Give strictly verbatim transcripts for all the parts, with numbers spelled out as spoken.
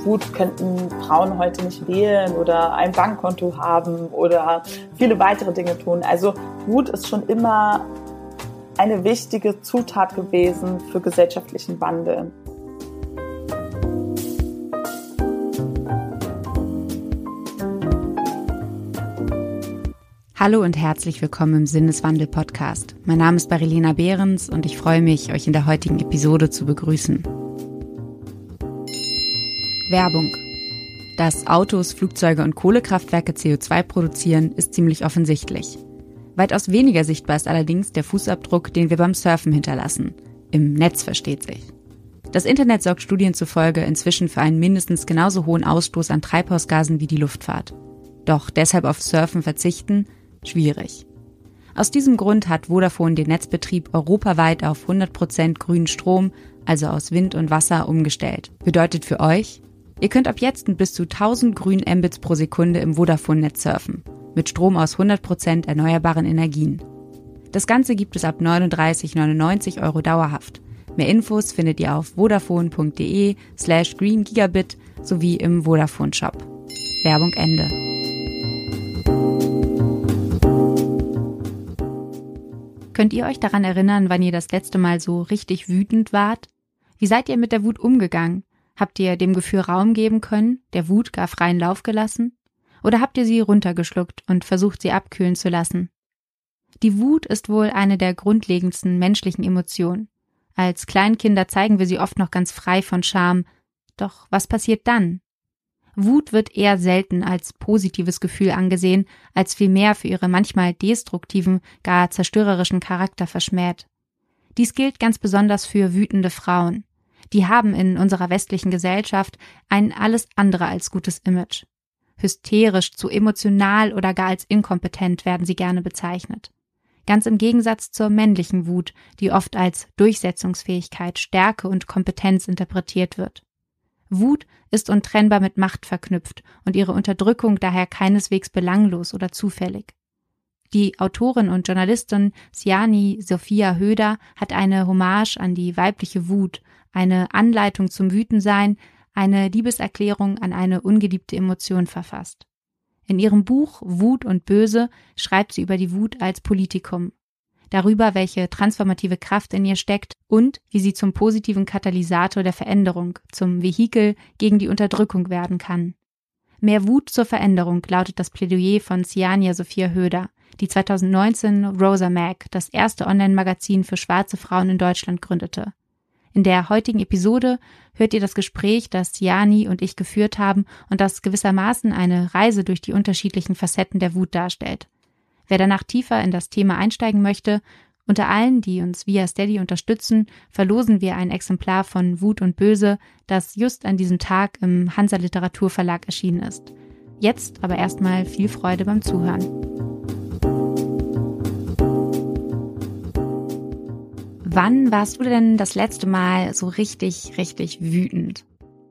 Wut könnten Frauen heute nicht wählen oder ein Bankkonto haben oder viele weitere Dinge tun. Also Wut ist schon immer eine wichtige Zutat gewesen für gesellschaftlichen Wandel. Hallo und herzlich willkommen im Sinneswandel-Podcast. Mein Name ist Marilena Behrens und ich freue mich, euch in der heutigen Episode zu begrüßen. Werbung. Dass Autos, Flugzeuge und Kohlekraftwerke C O zwei produzieren, ist ziemlich offensichtlich. Weitaus weniger sichtbar ist allerdings der Fußabdruck, den wir beim Surfen hinterlassen. Im Netz versteht sich. Das Internet sorgt Studien zufolge inzwischen für einen mindestens genauso hohen Ausstoß an Treibhausgasen wie die Luftfahrt. Doch deshalb auf Surfen verzichten? Schwierig. Aus diesem Grund hat Vodafone den Netzbetrieb europaweit auf hundert Prozent grünen Strom, also aus Wind und Wasser, umgestellt. Bedeutet für euch, ihr könnt ab jetzt mit bis zu tausend grünen Mbits pro Sekunde im Vodafone-Netz surfen, mit Strom aus hundert Prozent erneuerbaren Energien. Das Ganze gibt es ab neununddreißig neunundneunzig Euro dauerhaft. Mehr Infos findet ihr auf vodafone.de slash greengigabit sowie im Vodafone-Shop. Werbung Ende. Könnt ihr euch daran erinnern, wann ihr das letzte Mal so richtig wütend wart? Wie seid ihr mit der Wut umgegangen? Habt ihr dem Gefühl Raum geben können, der Wut gar freien Lauf gelassen? Oder habt ihr sie runtergeschluckt und versucht, sie abkühlen zu lassen? Die Wut ist wohl eine der grundlegendsten menschlichen Emotionen. Als Kleinkinder zeigen wir sie oft noch ganz frei von Scham. Doch was passiert dann? Wut wird eher selten als positives Gefühl angesehen, als vielmehr für ihre manchmal destruktiven, gar zerstörerischen Charakter verschmäht. Dies gilt ganz besonders für wütende Frauen. Die haben in unserer westlichen Gesellschaft ein alles andere als gutes Image. Hysterisch, zu emotional oder gar als inkompetent werden sie gerne bezeichnet. Ganz im Gegensatz zur männlichen Wut, die oft als Durchsetzungsfähigkeit, Stärke und Kompetenz interpretiert wird. Wut ist untrennbar mit Macht verknüpft und ihre Unterdrückung daher keineswegs belanglos oder zufällig. Die Autorin und Journalistin Siani Sophia Höder hat eine Hommage an die weibliche Wut, eine Anleitung zum Wütendsein, eine Liebeserklärung an eine ungeliebte Emotion verfasst. In ihrem Buch Wut und Böse schreibt sie über die Wut als Politikum, darüber, welche transformative Kraft in ihr steckt und wie sie zum positiven Katalysator der Veränderung, zum Vehikel gegen die Unterdrückung werden kann. Mehr Wut zur Veränderung lautet das Plädoyer von Siania Sophia Höder, die zweitausendneunzehn Rosa Mag, das erste Online-Magazin für schwarze Frauen in Deutschland, gründete. In der heutigen Episode hört ihr das Gespräch, das Siani und ich geführt haben und das gewissermaßen eine Reise durch die unterschiedlichen Facetten der Wut darstellt. Wer danach tiefer in das Thema einsteigen möchte, unter allen, die uns via Steady unterstützen, verlosen wir ein Exemplar von Wut und Böse, das just an diesem Tag im Hansa Literaturverlag erschienen ist. Jetzt aber erstmal viel Freude beim Zuhören. Wann warst du denn das letzte Mal so richtig, richtig wütend?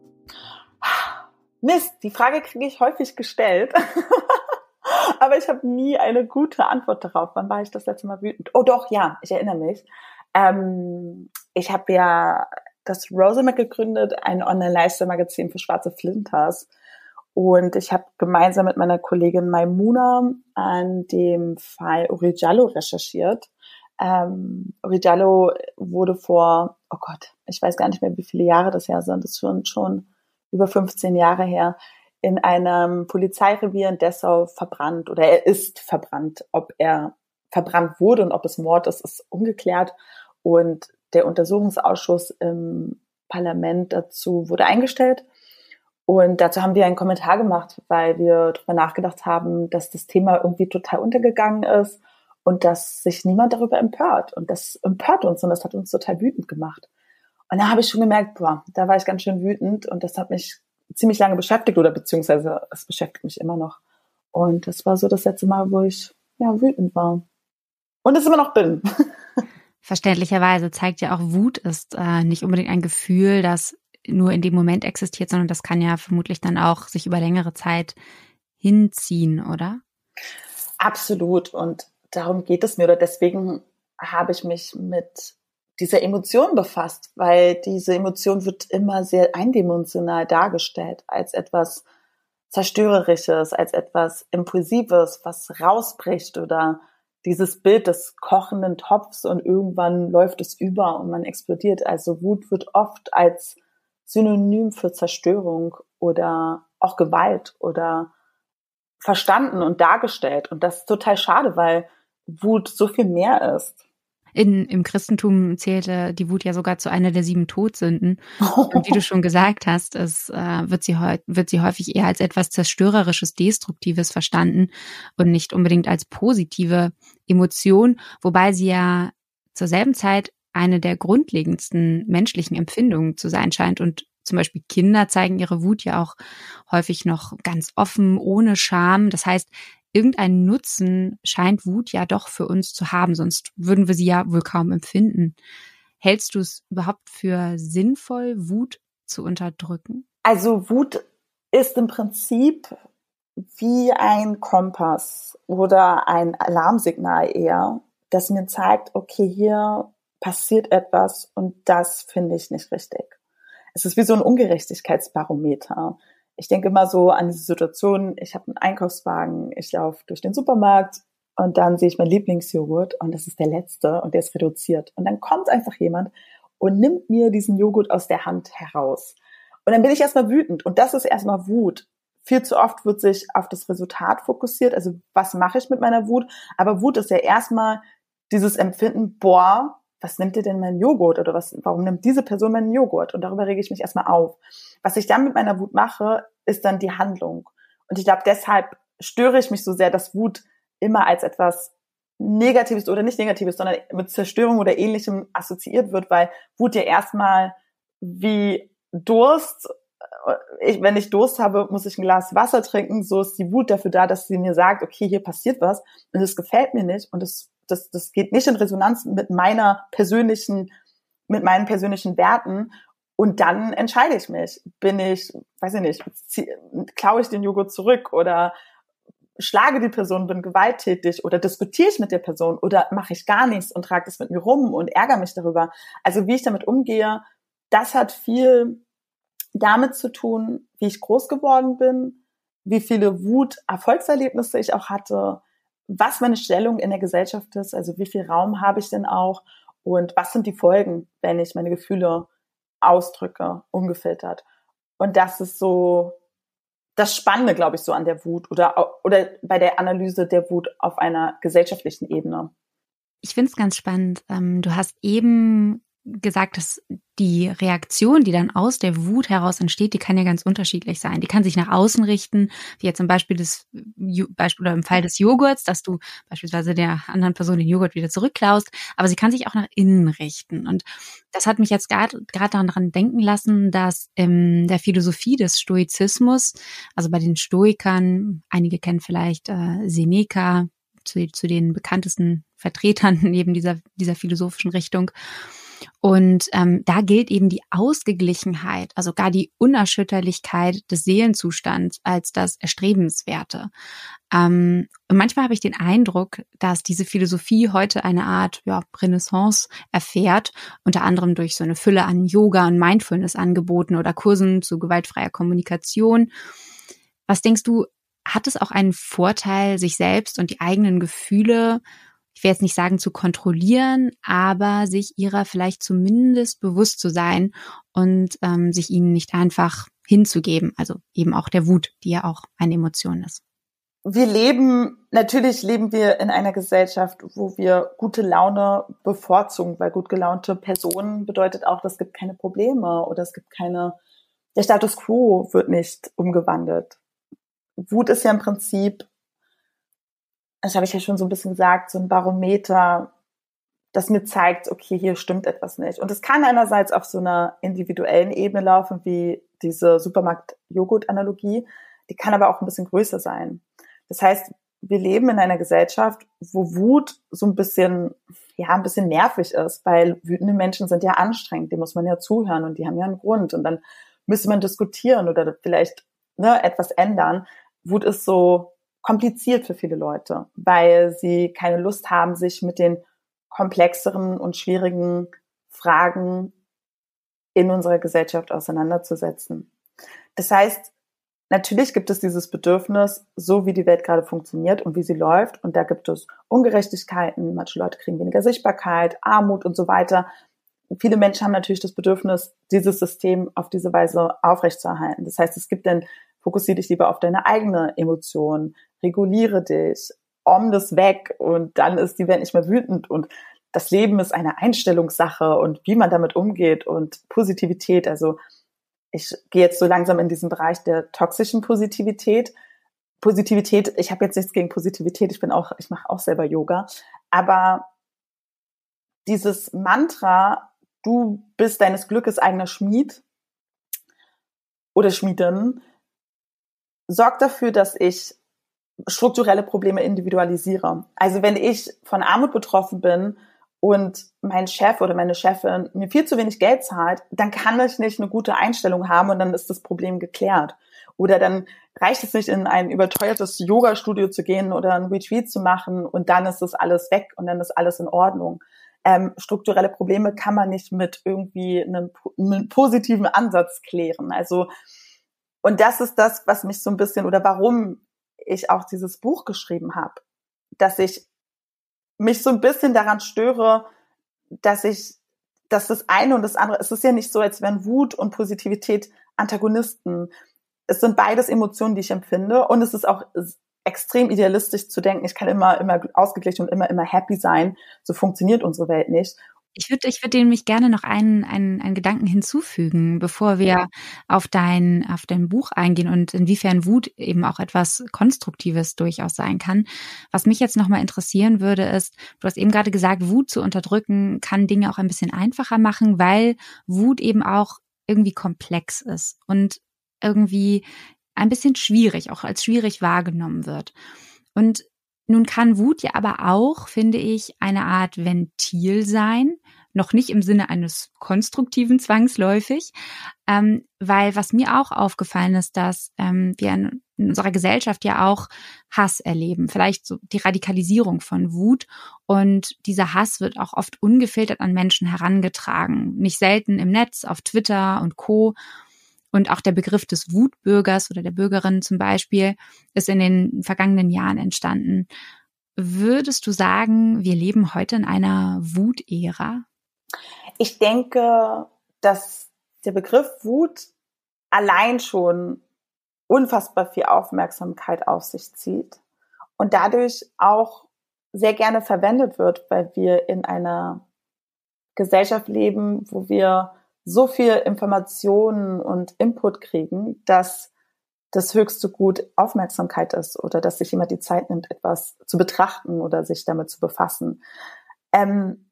Mist, die Frage kriege ich häufig gestellt. Aber ich habe nie eine gute Antwort darauf. Wann war ich das letzte Mal wütend? Oh doch, ja, ich erinnere mich. Ähm, ich habe ja das Rosa Mag gegründet, ein Online-Lifestyle-Magazin für schwarze Flinters. Und ich habe gemeinsam mit meiner Kollegin Maimuna an dem Fall Uri Jallo recherchiert. Ähm, Uri Jallo wurde vor, oh Gott, ich weiß gar nicht mehr, wie viele Jahre das her sind. Das ist schon, schon über fünfzehn Jahre her. In einem Polizeirevier in Dessau verbrannt oder er ist verbrannt. Ob er verbrannt wurde und ob es Mord ist, ist ungeklärt. Und der Untersuchungsausschuss im Parlament dazu wurde eingestellt. Und dazu haben wir einen Kommentar gemacht, weil wir darüber nachgedacht haben, dass das Thema irgendwie total untergegangen ist und dass sich niemand darüber empört. Und das empört uns und das hat uns total wütend gemacht. Und da habe ich schon gemerkt, boah, da war ich ganz schön wütend und das hat mich ziemlich lange beschäftigt oder beziehungsweise es beschäftigt mich immer noch. Und das war so das letzte Mal, wo ich ja wütend war. Und es immer noch bin. Verständlicherweise zeigt ja auch, Wut ist äh, nicht unbedingt ein Gefühl, das nur in dem Moment existiert, sondern das kann ja vermutlich dann auch sich über längere Zeit hinziehen, oder? Absolut. Und darum geht es mir. Oder deswegen habe ich mich mit dieser Emotion befasst, weil diese Emotion wird immer sehr eindimensional dargestellt, als etwas Zerstörerisches, als etwas Impulsives, was rausbricht, oder dieses Bild des kochenden Topfs und irgendwann läuft es über und man explodiert. Also Wut wird oft als Synonym für Zerstörung oder auch Gewalt oder verstanden und dargestellt. Und das ist total schade, weil Wut so viel mehr ist. In, im Christentum zählte die Wut ja sogar zu einer der sieben Todsünden. Und wie du schon gesagt hast, es äh, wird sie heu- wird sie häufig eher als etwas Zerstörerisches, Destruktives verstanden und nicht unbedingt als positive Emotion, wobei sie ja zur selben Zeit eine der grundlegendsten menschlichen Empfindungen zu sein scheint. Und zum Beispiel Kinder zeigen ihre Wut ja auch häufig noch ganz offen, ohne Scham. Das heißt, irgendeinen Nutzen scheint Wut ja doch für uns zu haben, sonst würden wir sie ja wohl kaum empfinden. Hältst du es überhaupt für sinnvoll, Wut zu unterdrücken? Also Wut ist im Prinzip wie ein Kompass oder ein Alarmsignal eher, das mir zeigt, okay, hier passiert etwas und das finde ich nicht richtig. Es ist wie so ein Ungerechtigkeitsbarometer. Ich denke immer so an diese Situation, ich habe einen Einkaufswagen, ich laufe durch den Supermarkt und dann sehe ich meinen Lieblingsjoghurt und das ist der letzte und der ist reduziert. Und dann kommt einfach jemand und nimmt mir diesen Joghurt aus der Hand heraus. Und dann bin ich erstmal wütend und das ist erstmal Wut. Viel zu oft wird sich auf das Resultat fokussiert, also was mache ich mit meiner Wut? Aber Wut ist ja erstmal dieses Empfinden, boah, was nimmt dir denn mein Joghurt oder was, warum nimmt diese Person meinen Joghurt? Und darüber rege ich mich erstmal auf. Was ich dann mit meiner Wut mache, ist dann die Handlung. Und ich glaube, deshalb störe ich mich so sehr, dass Wut immer als etwas Negatives oder nicht Negatives, sondern mit Zerstörung oder Ähnlichem assoziiert wird, weil Wut ja erstmal wie Durst, ich, wenn ich Durst habe, muss ich ein Glas Wasser trinken, so ist die Wut dafür da, dass sie mir sagt, okay, hier passiert was und es gefällt mir nicht und es Das, das geht nicht in Resonanz mit meiner persönlichen, mit meinen persönlichen Werten. Und dann entscheide ich mich. Bin ich, weiß ich nicht, klaue ich den Joghurt zurück oder schlage die Person, bin gewalttätig oder diskutiere ich mit der Person oder mache ich gar nichts und trage das mit mir rum und ärgere mich darüber. Also wie ich damit umgehe, das hat viel damit zu tun, wie ich groß geworden bin, wie viele Wut-Erfolgserlebnisse ich auch hatte, was meine Stellung in der Gesellschaft ist, also wie viel Raum habe ich denn auch und was sind die Folgen, wenn ich meine Gefühle ausdrücke, ungefiltert. Und das ist so das Spannende, glaube ich, so an der Wut oder, oder bei der Analyse der Wut auf einer gesellschaftlichen Ebene. Ich finde es ganz spannend. Du hast eben gesagt, dass die Reaktion, die dann aus der Wut heraus entsteht, die kann ja ganz unterschiedlich sein. Die kann sich nach außen richten, wie jetzt zum Beispiel das Beispiel oder im Fall des Joghurts, dass du beispielsweise der anderen Person den Joghurt wieder zurückklaust, aber sie kann sich auch nach innen richten. Und das hat mich jetzt gerade daran denken lassen, dass in der Philosophie des Stoizismus, also bei den Stoikern, einige kennen vielleicht äh, Seneca, zu, zu den bekanntesten Vertretern neben dieser, dieser philosophischen Richtung. Und ähm, da gilt eben die Ausgeglichenheit, also gar die Unerschütterlichkeit des Seelenzustands als das Erstrebenswerte. Ähm, und manchmal habe ich den Eindruck, dass diese Philosophie heute eine Art ja, Renaissance erfährt, unter anderem durch so eine Fülle an Yoga- und Mindfulness-Angeboten oder Kursen zu gewaltfreier Kommunikation. Was denkst du, hat es auch einen Vorteil, sich selbst und die eigenen Gefühle, ich will jetzt nicht sagen zu kontrollieren, aber sich ihrer vielleicht zumindest bewusst zu sein und ähm, sich ihnen nicht einfach hinzugeben, also eben auch der Wut, die ja auch eine Emotion ist? Wir leben, natürlich leben wir in einer Gesellschaft, wo wir gute Laune bevorzugen, weil gut gelaunte Personen bedeutet auch, es gibt keine Probleme oder es gibt keine, der Status quo wird nicht umgewandelt. Wut ist ja im Prinzip, das habe ich ja schon so ein bisschen gesagt, so ein Barometer, das mir zeigt, okay, hier stimmt etwas nicht. Und es kann einerseits auf so einer individuellen Ebene laufen, wie diese Supermarkt-Joghurt-Analogie, die kann aber auch ein bisschen größer sein. Das heißt, wir leben in einer Gesellschaft, wo Wut so ein bisschen, ja, ein bisschen nervig ist, weil wütende Menschen sind ja anstrengend, denen muss man ja zuhören und die haben ja einen Grund und dann müsste man diskutieren oder vielleicht ne, etwas ändern. Wut ist so kompliziert für viele Leute, weil sie keine Lust haben, sich mit den komplexeren und schwierigen Fragen in unserer Gesellschaft auseinanderzusetzen. Das heißt, natürlich gibt es dieses Bedürfnis, so wie die Welt gerade funktioniert und wie sie läuft. Und da gibt es Ungerechtigkeiten, manche Leute kriegen weniger Sichtbarkeit, Armut und so weiter. Viele Menschen haben natürlich das Bedürfnis, dieses System auf diese Weise aufrechtzuerhalten. Das heißt, es gibt dann, fokussiere dich lieber auf deine eigene Emotion, reguliere dich, om das weg und dann ist die Welt nicht mehr wütend und das Leben ist eine Einstellungssache und wie man damit umgeht und Positivität. Also ich gehe jetzt so langsam in diesen Bereich der toxischen Positivität. Positivität, ich habe jetzt nichts gegen Positivität, ich bin auch, ich mache auch selber Yoga, aber dieses Mantra, du bist deines Glückes eigener Schmied oder Schmiedin, sorgt dafür, dass ich strukturelle Probleme individualisiere. Also wenn ich von Armut betroffen bin und mein Chef oder meine Chefin mir viel zu wenig Geld zahlt, dann kann ich nicht eine gute Einstellung haben und dann ist das Problem geklärt. Oder dann reicht es nicht, in ein überteuertes Yoga-Studio zu gehen oder ein Retreat zu machen und dann ist das alles weg und dann ist alles in Ordnung. Ähm, strukturelle Probleme kann man nicht mit irgendwie einem, einem positiven Ansatz klären. Also, und das ist das, was mich so ein bisschen, oder warum ich auch dieses Buch geschrieben habe, dass ich mich so ein bisschen daran störe, dass ich, dass das eine und das andere, es ist ja nicht so, als wären Wut und Positivität Antagonisten. Es sind beides Emotionen, die ich empfinde und es ist auch extrem idealistisch zu denken, ich kann immer, immer ausgeglichen und immer, immer happy sein. So funktioniert unsere Welt nicht. Ich würde, ich würde nämlich gerne noch einen, einen, einen Gedanken hinzufügen, bevor wir auf dein, auf dein Buch eingehen und inwiefern Wut eben auch etwas Konstruktives durchaus sein kann. Was mich jetzt nochmal interessieren würde, ist, du hast eben gerade gesagt, Wut zu unterdrücken kann Dinge auch ein bisschen einfacher machen, weil Wut eben auch irgendwie komplex ist und irgendwie ein bisschen schwierig, auch als schwierig wahrgenommen wird. Und nun kann Wut ja aber auch, finde ich, eine Art Ventil sein, noch nicht im Sinne eines konstruktiven zwangsläufig, ähm, weil was mir auch aufgefallen ist, dass ähm, wir in, in unserer Gesellschaft ja auch Hass erleben, vielleicht so die Radikalisierung von Wut und dieser Hass wird auch oft ungefiltert an Menschen herangetragen, nicht selten im Netz, auf Twitter und Co., und auch der Begriff des Wutbürgers oder der Bürgerin zum Beispiel ist in den vergangenen Jahren entstanden. Würdest du sagen, wir leben heute in einer Wutära? Ich denke, dass der Begriff Wut allein schon unfassbar viel Aufmerksamkeit auf sich zieht und dadurch auch sehr gerne verwendet wird, weil wir in einer Gesellschaft leben, wo wir so viel Informationen und Input kriegen, dass das höchste Gut Aufmerksamkeit ist oder dass sich jemand die Zeit nimmt, etwas zu betrachten oder sich damit zu befassen. Ähm,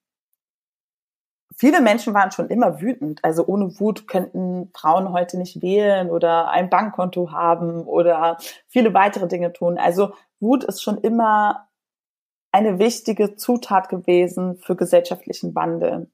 viele Menschen waren schon immer wütend. Also ohne Wut könnten Frauen heute nicht wählen oder ein Bankkonto haben oder viele weitere Dinge tun. Also Wut ist schon immer eine wichtige Zutat gewesen für gesellschaftlichen Wandel.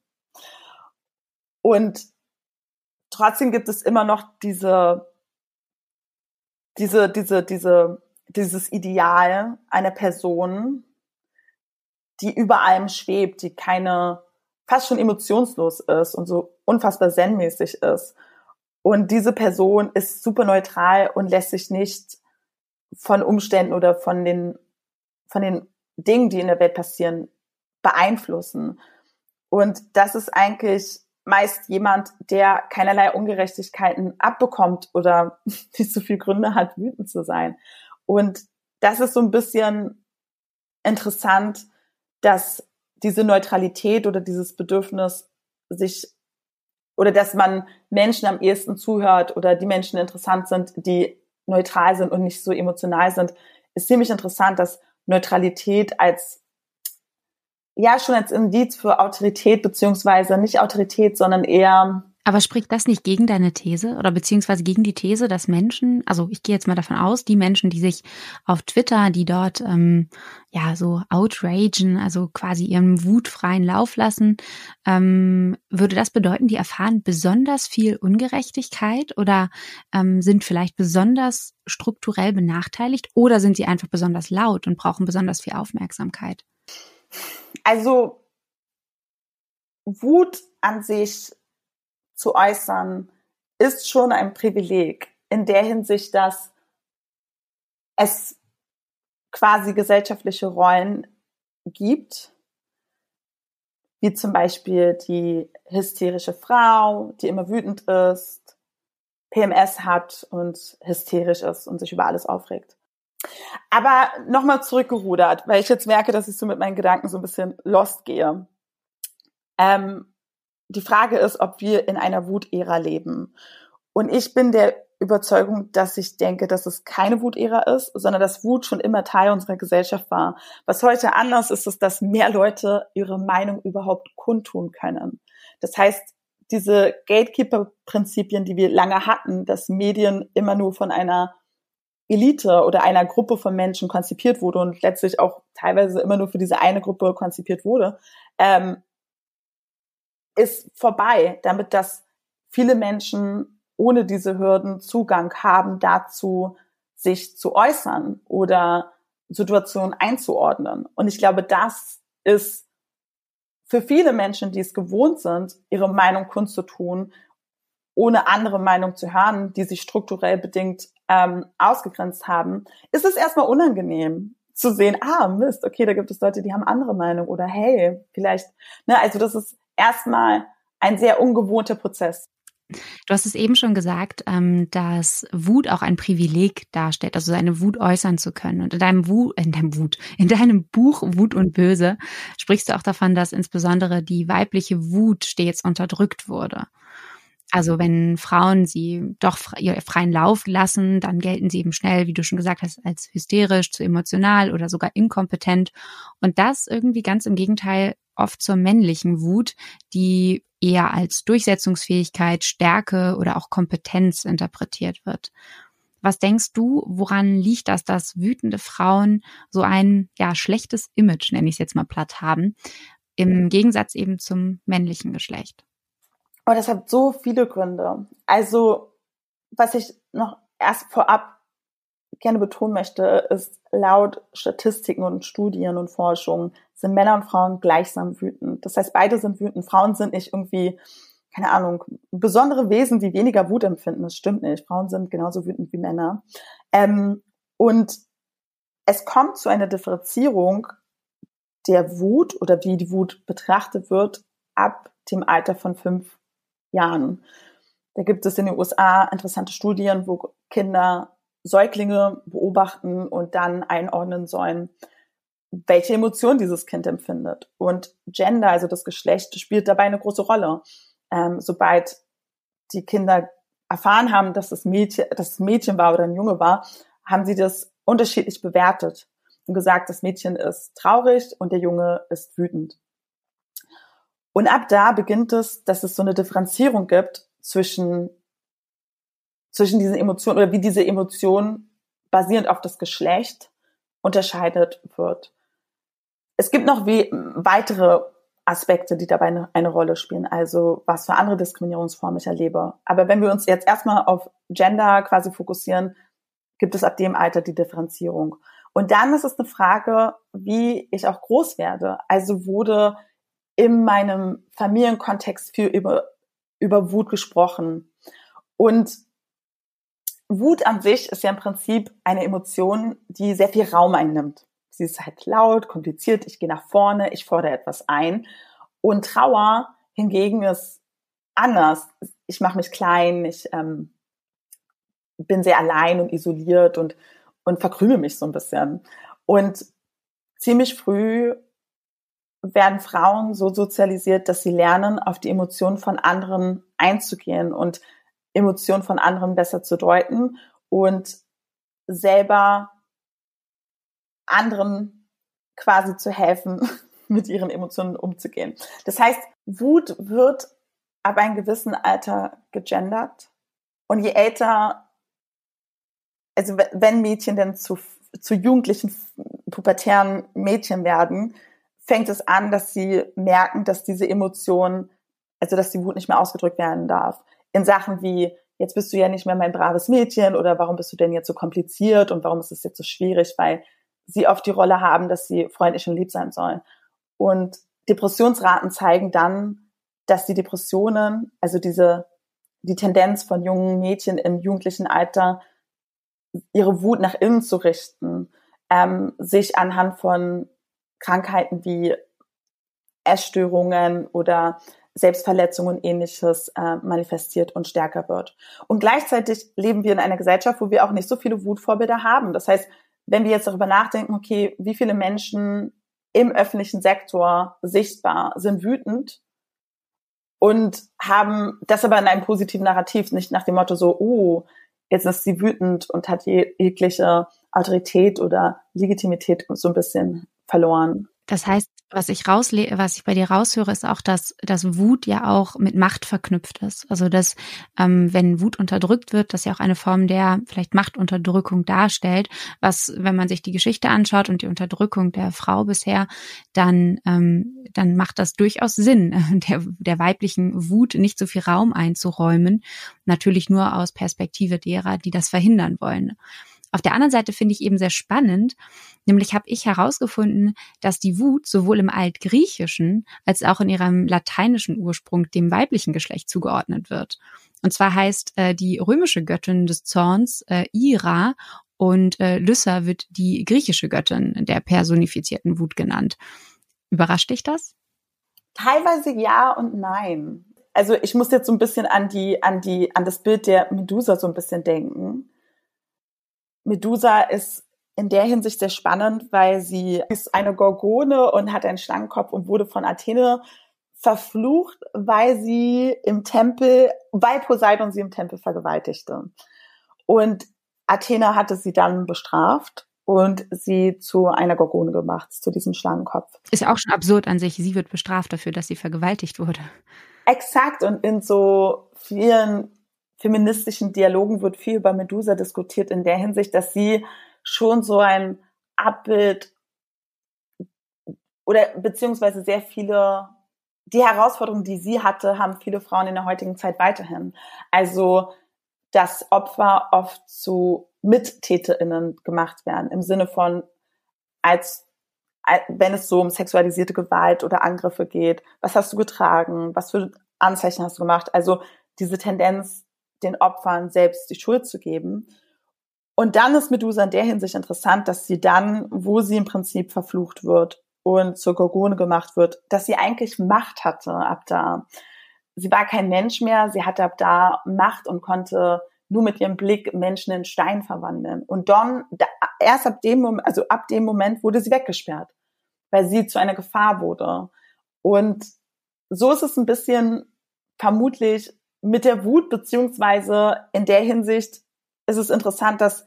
Und trotzdem gibt es immer noch diese, diese, diese, diese, dieses Ideal einer Person, die über allem schwebt, die keine, fast schon emotionslos ist und so unfassbar zen-mäßig ist. Und diese Person ist super neutral und lässt sich nicht von Umständen oder von den, von den Dingen, die in der Welt passieren, beeinflussen. Und das ist eigentlich meist jemand, der keinerlei Ungerechtigkeiten abbekommt oder nicht so viel Gründe hat, wütend zu sein. Und das ist so ein bisschen interessant, dass diese Neutralität oder dieses Bedürfnis sich oder dass man Menschen am ehesten zuhört oder die Menschen interessant sind, die neutral sind und nicht so emotional sind, ist ziemlich interessant, dass Neutralität als ja schon als Indiz für Autorität, beziehungsweise nicht Autorität, sondern eher... Aber spricht das nicht gegen deine These oder beziehungsweise gegen die These, dass Menschen, also ich gehe jetzt mal davon aus, die Menschen, die sich auf Twitter, die dort ähm, ja so outragen, also quasi ihren wutfreien Lauf lassen, ähm, würde das bedeuten, die erfahren besonders viel Ungerechtigkeit oder ähm, sind vielleicht besonders strukturell benachteiligt oder sind sie einfach besonders laut und brauchen besonders viel Aufmerksamkeit? Also Wut an sich zu äußern, ist schon ein Privileg in der Hinsicht, dass es quasi gesellschaftliche Rollen gibt, wie zum Beispiel die hysterische Frau, die immer wütend ist, P M S hat und hysterisch ist und sich über alles aufregt. Aber nochmal zurückgerudert, weil ich jetzt merke, dass ich so mit meinen Gedanken so ein bisschen lost gehe. Ähm, die Frage ist, ob wir in einer Wutära leben. Und ich bin der Überzeugung, dass ich denke, dass es keine Wutära ist, sondern dass Wut schon immer Teil unserer Gesellschaft war. Was heute anders ist, ist, dass mehr Leute ihre Meinung überhaupt kundtun können. Das heißt, diese Gatekeeper-Prinzipien, die wir lange hatten, dass Medien immer nur von einer Elite oder einer Gruppe von Menschen konzipiert wurde und letztlich auch teilweise immer nur für diese eine Gruppe konzipiert wurde, ähm, ist vorbei, damit dass viele Menschen ohne diese Hürden Zugang haben dazu, sich zu äußern oder Situationen einzuordnen. Und ich glaube, das ist für viele Menschen, die es gewohnt sind, ihre Meinung kundzutun, ohne andere Meinung zu hören, die sich strukturell bedingt ähm, ausgegrenzt haben, ist es erstmal unangenehm zu sehen, ah, Mist, okay, da gibt es Leute, die haben andere Meinung oder hey, vielleicht, ne, also das ist erstmal ein sehr ungewohnter Prozess. Du hast es eben schon gesagt, dass Wut auch ein Privileg darstellt, also seine Wut äußern zu können. Und in deinem Wut, in deinem Wut, in deinem Buch Wut und Böse sprichst du auch davon, dass insbesondere die weibliche Wut stets unterdrückt wurde. Also wenn Frauen sie doch ihr freien Lauf lassen, dann gelten sie eben schnell, wie du schon gesagt hast, als hysterisch, zu emotional oder sogar inkompetent. Und das irgendwie ganz im Gegenteil oft zur männlichen Wut, die eher als Durchsetzungsfähigkeit, Stärke oder auch Kompetenz interpretiert wird. Was denkst du, woran liegt das, dass wütende Frauen so ein ja schlechtes Image, nenne ich es jetzt mal platt, haben, im Gegensatz eben zum männlichen Geschlecht? Oh, das hat so viele Gründe. Also, was ich noch erst vorab gerne betonen möchte, ist, laut Statistiken und Studien und Forschung sind Männer und Frauen gleichsam wütend. Das heißt, beide sind wütend. Frauen sind nicht irgendwie, keine Ahnung, besondere Wesen, die weniger Wut empfinden. Das stimmt nicht. Frauen sind genauso wütend wie Männer. Ähm, und es kommt zu einer Differenzierung der Wut oder wie die Wut betrachtet wird ab dem Alter von fünf Jahren. Da gibt es in den U S A interessante Studien, wo Kinder Säuglinge beobachten und dann einordnen sollen, welche Emotion dieses Kind empfindet. Und Gender, also das Geschlecht, spielt dabei eine große Rolle. Ähm, sobald die Kinder erfahren haben, dass das Mädchen, dass es Mädchen war oder ein Junge war, haben sie das unterschiedlich bewertet und gesagt, das Mädchen ist traurig und der Junge ist wütend. Und ab da beginnt es, dass es so eine Differenzierung gibt zwischen, zwischen diesen Emotionen oder wie diese Emotion basierend auf das Geschlecht unterscheidet wird. Es gibt noch wie weitere Aspekte, die dabei eine, eine Rolle spielen, also was für andere Diskriminierungsformen ich erlebe. Aber wenn wir uns jetzt erstmal auf Gender quasi fokussieren, gibt es ab dem Alter die Differenzierung. Und dann ist es eine Frage, wie ich auch groß werde. Also wurde in meinem Familienkontext viel über, über Wut gesprochen. Und Wut an sich ist ja im Prinzip eine Emotion, die sehr viel Raum einnimmt. Sie ist halt laut, kompliziert, ich gehe nach vorne, ich fordere etwas ein. Und Trauer hingegen ist anders. Ich mache mich klein, ich ähm, bin sehr allein und isoliert und, und verkrümel mich so ein bisschen. Und ziemlich früh werden Frauen so sozialisiert, dass sie lernen, auf die Emotionen von anderen einzugehen und Emotionen von anderen besser zu deuten und selber anderen quasi zu helfen, mit ihren Emotionen umzugehen. Das heißt, Wut wird ab einem gewissen Alter gegendert. Und je älter, also wenn Mädchen denn zu, zu jugendlichen, pubertären Mädchen werden, fängt es an, dass sie merken, dass diese Emotion, also dass die Wut nicht mehr ausgedrückt werden darf. In Sachen wie, jetzt bist du ja nicht mehr mein braves Mädchen oder warum bist du denn jetzt so kompliziert und warum ist es jetzt so schwierig, weil sie oft die Rolle haben, dass sie freundlich und lieb sein sollen. Und Depressionsraten zeigen dann, dass die Depressionen, also diese, die Tendenz von jungen Mädchen im jugendlichen Alter, ihre Wut nach innen zu richten, ähm, sich anhand von Krankheiten wie Essstörungen oder Selbstverletzungen und Ähnliches äh, manifestiert und stärker wird. Und gleichzeitig leben wir in einer Gesellschaft, wo wir auch nicht so viele Wutvorbilder haben. Das heißt, wenn wir jetzt darüber nachdenken, okay, wie viele Menschen im öffentlichen Sektor sichtbar sind wütend und haben das aber in einem positiven Narrativ, nicht nach dem Motto so, oh, jetzt ist sie wütend und hat jegliche Autorität oder Legitimität so ein bisschen verloren. Das heißt, was ich rausle- was ich bei dir raushöre, ist auch, dass, dass Wut ja auch mit Macht verknüpft ist. Also dass, ähm, wenn Wut unterdrückt wird, das ja auch eine Form der vielleicht Machtunterdrückung darstellt, was, wenn man sich die Geschichte anschaut und die Unterdrückung der Frau bisher, dann, ähm, dann macht das durchaus Sinn, der, der weiblichen Wut nicht so viel Raum einzuräumen. Natürlich nur aus Perspektive derer, die das verhindern wollen. Auf der anderen Seite finde ich eben sehr spannend, nämlich habe ich herausgefunden, dass die Wut sowohl im Altgriechischen als auch in ihrem lateinischen Ursprung dem weiblichen Geschlecht zugeordnet wird. Und zwar heißt äh, die römische Göttin des Zorns äh, Ira und äh, Lyssa wird die griechische Göttin der personifizierten Wut genannt. Überrascht dich das? Teilweise ja und nein. Also ich muss jetzt so ein bisschen an die, an die, an das Bild der Medusa so ein bisschen denken. Medusa ist in der Hinsicht sehr spannend, weil sie ist eine Gorgone und hat einen Schlangenkopf und wurde von Athene verflucht, weil sie im Tempel, weil Poseidon sie im Tempel vergewaltigte. Und Athene hatte sie dann bestraft und sie zu einer Gorgone gemacht, zu diesem Schlangenkopf. Ist ja auch schon absurd an sich. Sie wird bestraft dafür, dass sie vergewaltigt wurde. Exakt. Und in so vielen feministischen Dialogen wird viel über Medusa diskutiert in der Hinsicht, dass sie schon so ein Abbild oder beziehungsweise sehr viele, die Herausforderungen, die sie hatte, haben viele Frauen in der heutigen Zeit weiterhin. Also, dass Opfer oft zu MittäterInnen gemacht werden, im Sinne von, als, als wenn es so um sexualisierte Gewalt oder Angriffe geht, was hast du getragen, was für Anzeichen hast du gemacht? Also diese Tendenz, den Opfern selbst die Schuld zu geben. Und dann ist Medusa in der Hinsicht interessant, dass sie dann, wo sie im Prinzip verflucht wird und zur Gorgone gemacht wird, dass sie eigentlich Macht hatte ab da. Sie war kein Mensch mehr, sie hatte ab da Macht und konnte nur mit ihrem Blick Menschen in Stein verwandeln. Und dann, da, erst ab dem Moment, also ab dem Moment wurde sie weggesperrt, weil sie zu einer Gefahr wurde. Und so ist es ein bisschen vermutlich mit der Wut, beziehungsweise in der Hinsicht ist es interessant, dass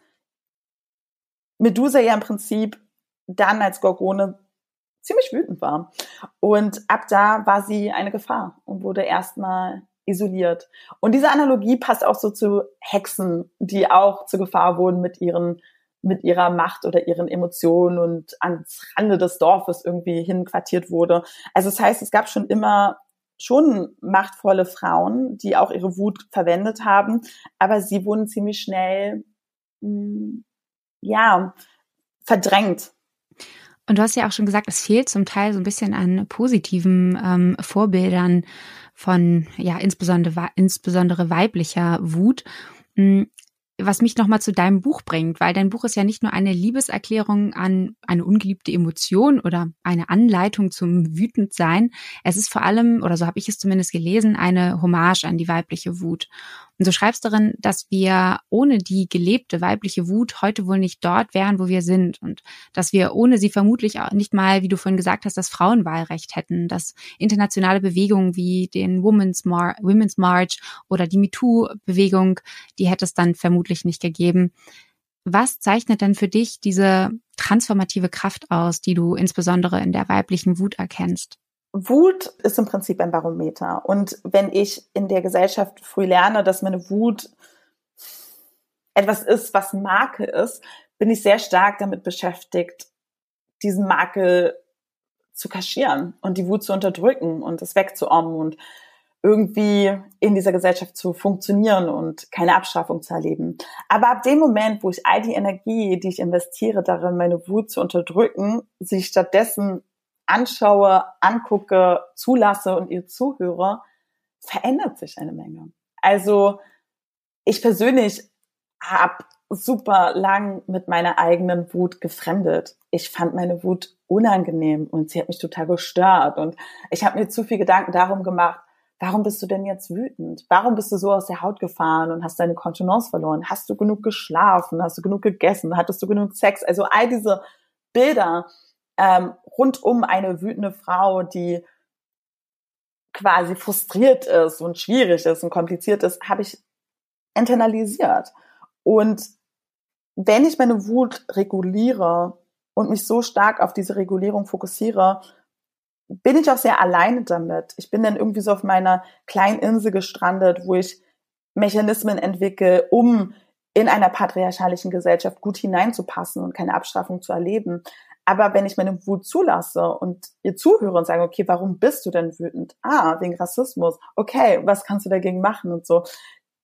Medusa ja im Prinzip dann als Gorgone ziemlich wütend war. Und ab da war sie eine Gefahr und wurde erstmal isoliert. Und diese Analogie passt auch so zu Hexen, die auch zur Gefahr wurden mit ihren, mit ihrer Macht oder ihren Emotionen und ans Rande des Dorfes irgendwie hinquartiert wurde. Also das heißt, es gab schon immer schon machtvolle Frauen, die auch ihre Wut verwendet haben, aber sie wurden ziemlich schnell, mh, ja, verdrängt. Und du hast ja auch schon gesagt, es fehlt zum Teil so ein bisschen an positiven ähm, Vorbildern von, ja, insbesondere, insbesondere weiblicher Wut. Was mich nochmal zu deinem Buch bringt, weil dein Buch ist ja nicht nur eine Liebeserklärung an eine ungeliebte Emotion oder eine Anleitung zum Wütendsein. Es ist vor allem, oder so habe ich es zumindest gelesen, eine Hommage an die weibliche Wut. Und du schreibst darin, dass wir ohne die gelebte weibliche Wut heute wohl nicht dort wären, wo wir sind und dass wir ohne sie vermutlich auch nicht mal, wie du vorhin gesagt hast, das Frauenwahlrecht hätten, dass internationale Bewegungen wie den Women's, Mar- Women's March oder die MeToo-Bewegung, die hätte es dann vermutlich nicht gegeben. Was zeichnet denn für dich diese transformative Kraft aus, die du insbesondere in der weiblichen Wut erkennst? Wut ist im Prinzip ein Barometer. Und wenn ich in der Gesellschaft früh lerne, dass meine Wut etwas ist, was Makel ist, bin ich sehr stark damit beschäftigt, diesen Makel zu kaschieren und die Wut zu unterdrücken und es wegzuommen und irgendwie in dieser Gesellschaft zu funktionieren und keine Abstrafung zu erleben. Aber ab dem Moment, wo ich all die Energie, die ich investiere, darin, meine Wut zu unterdrücken, sie stattdessen anschaue, angucke, zulasse und ihr zuhöre, verändert sich eine Menge. Also ich persönlich habe super lang mit meiner eigenen Wut gefremdet. Ich fand meine Wut unangenehm und sie hat mich total gestört. Und ich habe mir zu viel Gedanken darum gemacht, warum bist du denn jetzt wütend? Warum bist du so aus der Haut gefahren und hast deine Kontenance verloren? Hast du genug geschlafen? Hast du genug gegessen? Hattest du genug Sex? Also all diese Bilder ähm, rund um eine wütende Frau, die quasi frustriert ist und schwierig ist und kompliziert ist, habe ich internalisiert. Und wenn ich meine Wut reguliere und mich so stark auf diese Regulierung fokussiere, bin ich auch sehr alleine damit. Ich bin dann irgendwie so auf meiner kleinen Insel gestrandet, wo ich Mechanismen entwickle, um in einer patriarchalischen Gesellschaft gut hineinzupassen und keine Abstrafung zu erleben. Aber wenn ich meine Wut zulasse und ihr zuhöre und sage, okay, warum bist du denn wütend? Ah, wegen Rassismus. Okay, was kannst du dagegen machen und so?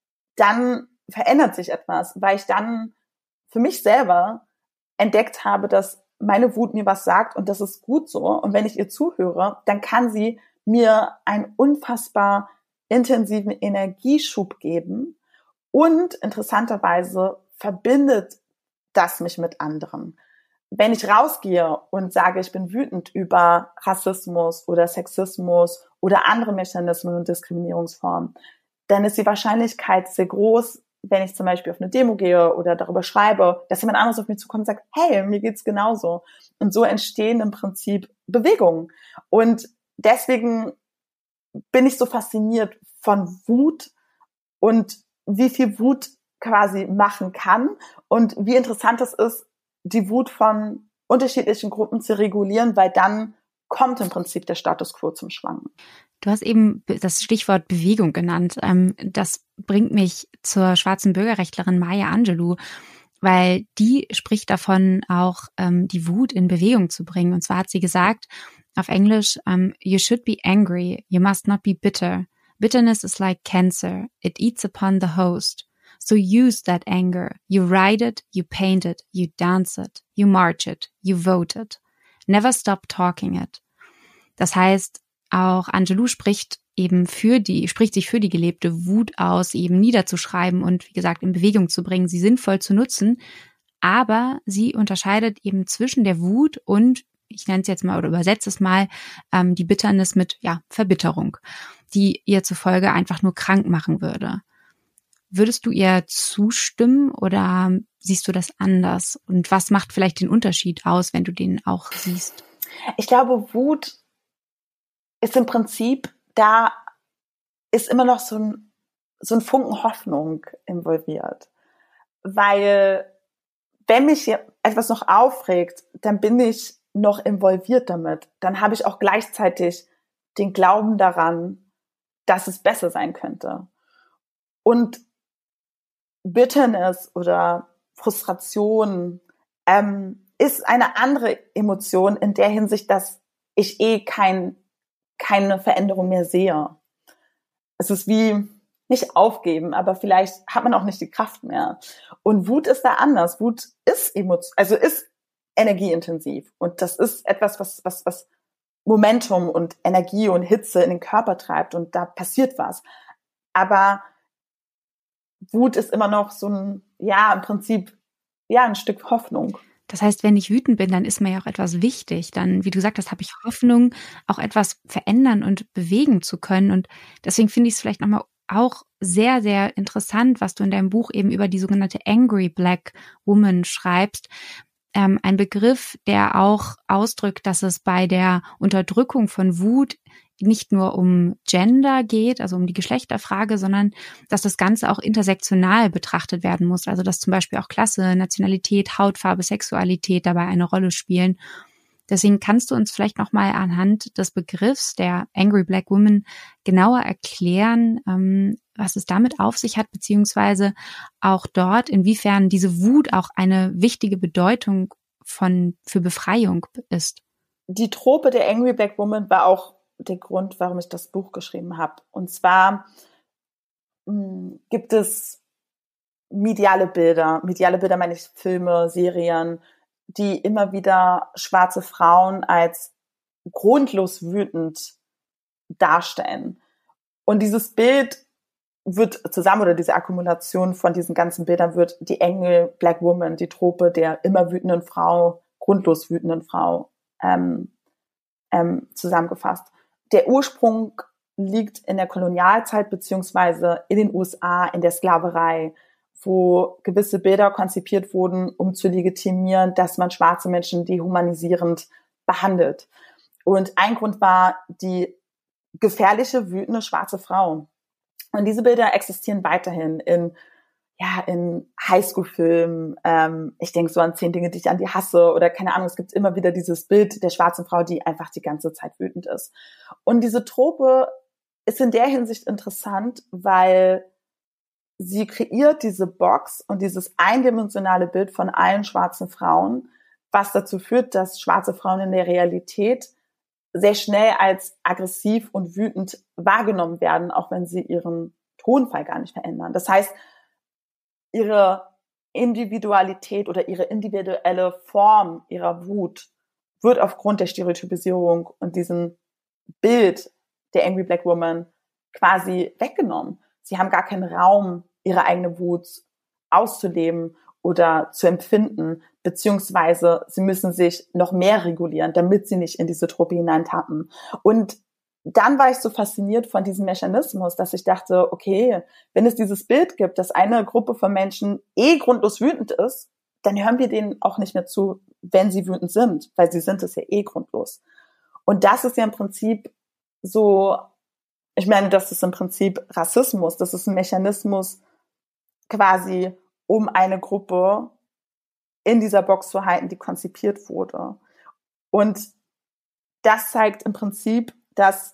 Dann verändert sich etwas, weil ich dann für mich selber entdeckt habe, dass meine Wut mir was sagt und das ist gut so. Und wenn ich ihr zuhöre, dann kann sie mir einen unfassbar intensiven Energieschub geben und interessanterweise verbindet das mich mit anderen. Wenn ich rausgehe und sage, ich bin wütend über Rassismus oder Sexismus oder andere Mechanismen und Diskriminierungsformen, dann ist die Wahrscheinlichkeit sehr groß, wenn ich zum Beispiel auf eine Demo gehe oder darüber schreibe, dass jemand anderes auf mich zukommt und sagt, hey, mir geht's genauso. Und so entstehen im Prinzip Bewegungen. Und deswegen bin ich so fasziniert von Wut und wie viel Wut quasi machen kann und wie interessant es ist, die Wut von unterschiedlichen Gruppen zu regulieren, weil dann kommt im Prinzip der Status quo zum Schwanken. Du hast eben das Stichwort Bewegung genannt. Das bringt mich zur schwarzen Bürgerrechtlerin Maya Angelou, weil die spricht davon, auch die Wut in Bewegung zu bringen. Und zwar hat sie gesagt, auf Englisch, you should be angry, you must not be bitter. Bitterness is like cancer, it eats upon the host. So use that anger. You write it, you paint it, you dance it, you march it, you vote it. Never stop talking it. Das heißt, auch Angelou spricht eben für die, spricht sich für die gelebte Wut aus, eben niederzuschreiben und wie gesagt in Bewegung zu bringen, sie sinnvoll zu nutzen. Aber sie unterscheidet eben zwischen der Wut und, ich nenne es jetzt mal oder übersetze es mal, ähm, die Bitternis mit ja Verbitterung, die ihr zufolge einfach nur krank machen würde. Würdest du ihr zustimmen oder siehst du das anders? Und was macht vielleicht den Unterschied aus, wenn du den auch siehst? Ich glaube, Wut ist im Prinzip, da ist immer noch so ein, so ein Funken Hoffnung involviert. Weil wenn mich etwas noch aufregt, dann bin ich noch involviert damit. Dann habe ich auch gleichzeitig den Glauben daran, dass es besser sein könnte. Und Bitterness oder Frustration ähm, ist eine andere Emotion in der Hinsicht, dass ich eh kein, keine Veränderung mehr sehe. Es ist wie nicht aufgeben, aber vielleicht hat man auch nicht die Kraft mehr. Und Wut ist da anders. Wut ist Emotion, also ist energieintensiv und das ist etwas, was was was Momentum und Energie und Hitze in den Körper treibt und da passiert was. Aber Wut ist immer noch so ein, ja, im Prinzip, ja, ein Stück Hoffnung. Das heißt, wenn ich wütend bin, dann ist mir ja auch etwas wichtig. Dann, wie du gesagt hast, habe ich Hoffnung, auch etwas verändern und bewegen zu können. Und deswegen finde ich es vielleicht nochmal auch sehr, sehr interessant, was du in deinem Buch eben über die sogenannte Angry Black Woman schreibst. Ähm, ein Begriff, der auch ausdrückt, dass es bei der Unterdrückung von Wut nicht nur um Gender geht, also um die Geschlechterfrage, sondern dass das Ganze auch intersektional betrachtet werden muss. Also dass zum Beispiel auch Klasse, Nationalität, Hautfarbe, Sexualität dabei eine Rolle spielen. Deswegen kannst du uns vielleicht nochmal anhand des Begriffs der Angry Black Woman genauer erklären, ähm, was es damit auf sich hat, beziehungsweise auch dort, inwiefern diese Wut auch eine wichtige Bedeutung von für Befreiung ist. Die Trope der Angry Black Woman war auch der Grund, warum ich das Buch geschrieben habe. Und zwar mh, gibt es mediale Bilder, mediale Bilder meine ich Filme, Serien, die immer wieder schwarze Frauen als grundlos wütend darstellen. Und dieses Bild wird zusammen, oder diese Akkumulation von diesen ganzen Bildern wird die Engel Black Woman, die Trope der immer wütenden Frau, grundlos wütenden Frau, ähm, ähm, zusammengefasst. Der Ursprung liegt in der Kolonialzeit beziehungsweise in den U S A, in der Sklaverei, wo gewisse Bilder konzipiert wurden, um zu legitimieren, dass man schwarze Menschen dehumanisierend behandelt. Und ein Grund war die gefährliche, wütende schwarze Frau. Und diese Bilder existieren weiterhin in, ja, in Highschool-Filmen. Ähm, ich denke so an zehn Dinge, die ich an die hasse, oder keine Ahnung. Es gibt immer wieder dieses Bild der schwarzen Frau, die einfach die ganze Zeit wütend ist. Und diese Trope ist in der Hinsicht interessant, weil sie kreiert diese Box und dieses eindimensionale Bild von allen schwarzen Frauen, was dazu führt, dass schwarze Frauen in der Realität sehr schnell als aggressiv und wütend wahrgenommen werden, auch wenn sie ihren Tonfall gar nicht verändern. Das heißt, ihre Individualität oder ihre individuelle Form ihrer Wut wird aufgrund der Stereotypisierung und diesem Bild der Angry Black Woman quasi weggenommen. Sie haben gar keinen Raum, ihre eigene Wut auszuleben oder zu empfinden, beziehungsweise sie müssen sich noch mehr regulieren, damit sie nicht in diese Trope hineintappen. Und dann war ich so fasziniert von diesem Mechanismus, dass ich dachte, okay, wenn es dieses Bild gibt, dass eine Gruppe von Menschen eh grundlos wütend ist, dann hören wir denen auch nicht mehr zu, wenn sie wütend sind, weil sie sind es ja eh grundlos. Und das ist ja im Prinzip so, ich meine, das ist im Prinzip Rassismus, das ist ein Mechanismus quasi, um eine Gruppe in dieser Box zu halten, die konzipiert wurde. Und das zeigt im Prinzip, dass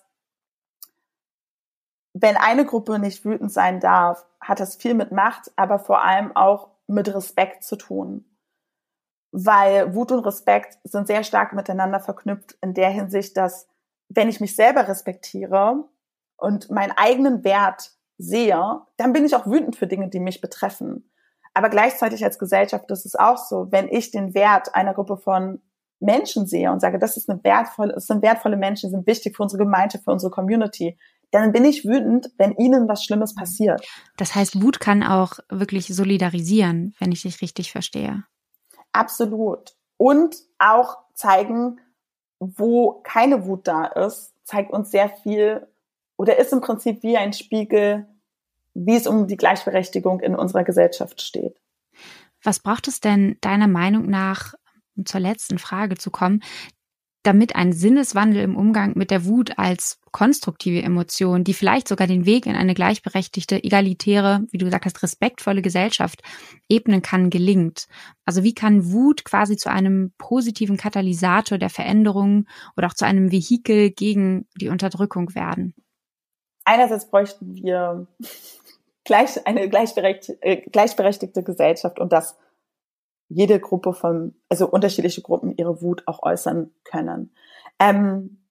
wenn eine Gruppe nicht wütend sein darf, hat das viel mit Macht, aber vor allem auch mit Respekt zu tun. Weil Wut und Respekt sind sehr stark miteinander verknüpft in der Hinsicht, dass wenn ich mich selber respektiere und meinen eigenen Wert sehe, dann bin ich auch wütend für Dinge, die mich betreffen. Aber gleichzeitig als Gesellschaft ist es auch so, wenn ich den Wert einer Gruppe von Menschen sehe und sage, das ist eine wertvolle, das sind wertvolle Menschen, die sind wichtig für unsere Gemeinschaft, für unsere Community, dann bin ich wütend, wenn ihnen was Schlimmes passiert. Das heißt, Wut kann auch wirklich solidarisieren, wenn ich dich richtig verstehe. Absolut. Und auch zeigen, wo keine Wut da ist, zeigt uns sehr viel oder ist im Prinzip wie ein Spiegel, wie es um die Gleichberechtigung in unserer Gesellschaft steht. Was braucht es denn deiner Meinung nach, um zur letzten Frage zu kommen, damit ein Sinneswandel im Umgang mit der Wut als konstruktive Emotion, die vielleicht sogar den Weg in eine gleichberechtigte, egalitäre, wie du gesagt hast, respektvolle Gesellschaft ebnen kann, gelingt? Also wie kann Wut quasi zu einem positiven Katalysator der Veränderung oder auch zu einem Vehikel gegen die Unterdrückung werden? Einerseits bräuchten wir gleich eine gleichberechtigte, äh, gleichberechtigte Gesellschaft und dass jede Gruppe von, also unterschiedliche Gruppen ihre Wut auch äußern können. Ähm,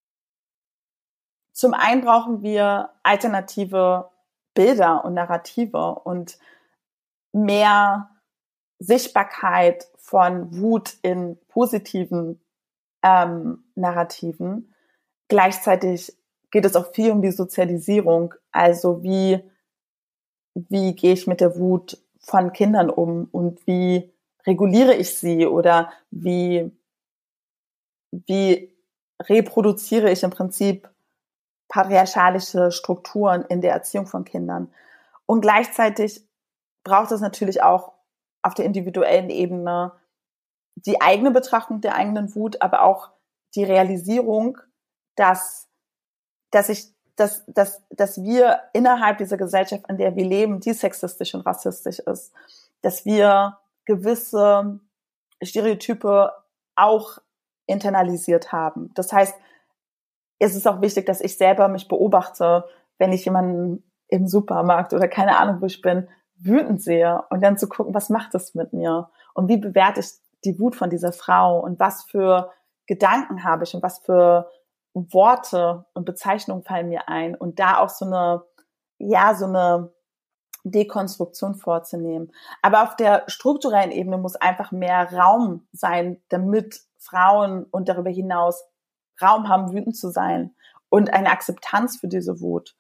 zum einen brauchen wir alternative Bilder und Narrative und mehr Sichtbarkeit von Wut in positiven ähm, Narrativen. Gleichzeitig geht es auch viel um die Sozialisierung, also wie wie gehe ich mit der Wut von Kindern um und wie reguliere ich sie oder wie wie reproduziere ich im Prinzip patriarchalische Strukturen in der Erziehung von Kindern. Und gleichzeitig braucht es natürlich auch auf der individuellen Ebene die eigene Betrachtung der eigenen Wut, aber auch die Realisierung, dass dass ich dass dass dass wir innerhalb dieser Gesellschaft, in der wir leben, die sexistisch und rassistisch ist, dass wir gewisse Stereotype auch internalisiert haben. Das heißt, es ist auch wichtig, dass ich selber mich beobachte, wenn ich jemanden im Supermarkt oder keine Ahnung, wo ich bin, wütend sehe und dann zu gucken, was macht das mit mir und wie bewerte ich die Wut von dieser Frau und was für Gedanken habe ich und was für Worte und Bezeichnungen fallen mir ein und da auch so eine, ja, so eine Dekonstruktion vorzunehmen. Aber auf der strukturellen Ebene muss einfach mehr Raum sein, damit Frauen und darüber hinaus Raum haben, wütend zu sein und eine Akzeptanz für diese Wut.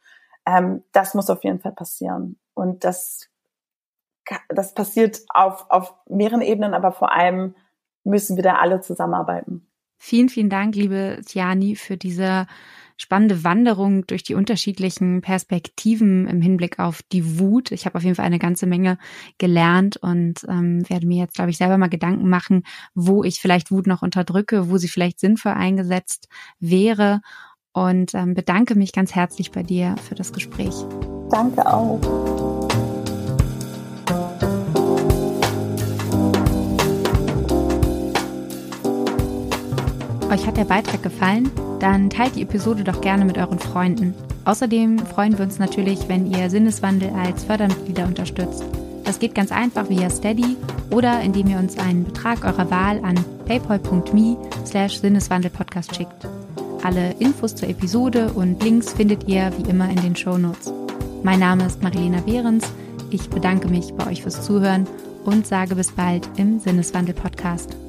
Ähm, das muss auf jeden Fall passieren. Und das, das passiert auf, auf mehreren Ebenen, aber vor allem müssen wir da alle zusammenarbeiten. Vielen, vielen Dank, liebe Tiani, für diese spannende Wanderung durch die unterschiedlichen Perspektiven im Hinblick auf die Wut. Ich habe auf jeden Fall eine ganze Menge gelernt und ähm, werde mir jetzt, glaube ich, selber mal Gedanken machen, wo ich vielleicht Wut noch unterdrücke, wo sie vielleicht sinnvoll eingesetzt wäre, und ähm, bedanke mich ganz herzlich bei dir für das Gespräch. Danke auch. Euch hat der Beitrag gefallen? Dann teilt die Episode doch gerne mit euren Freunden. Außerdem freuen wir uns natürlich, wenn ihr Sinneswandel als Fördermitglieder unterstützt. Das geht ganz einfach via Steady oder indem ihr uns einen Betrag eurer Wahl an paypal.me slash Sinneswandelpodcast schickt. Alle Infos zur Episode und Links findet ihr wie immer in den Shownotes. Mein Name ist Marilena Behrens. Ich bedanke mich bei euch fürs Zuhören und sage bis bald im Sinneswandel-Podcast.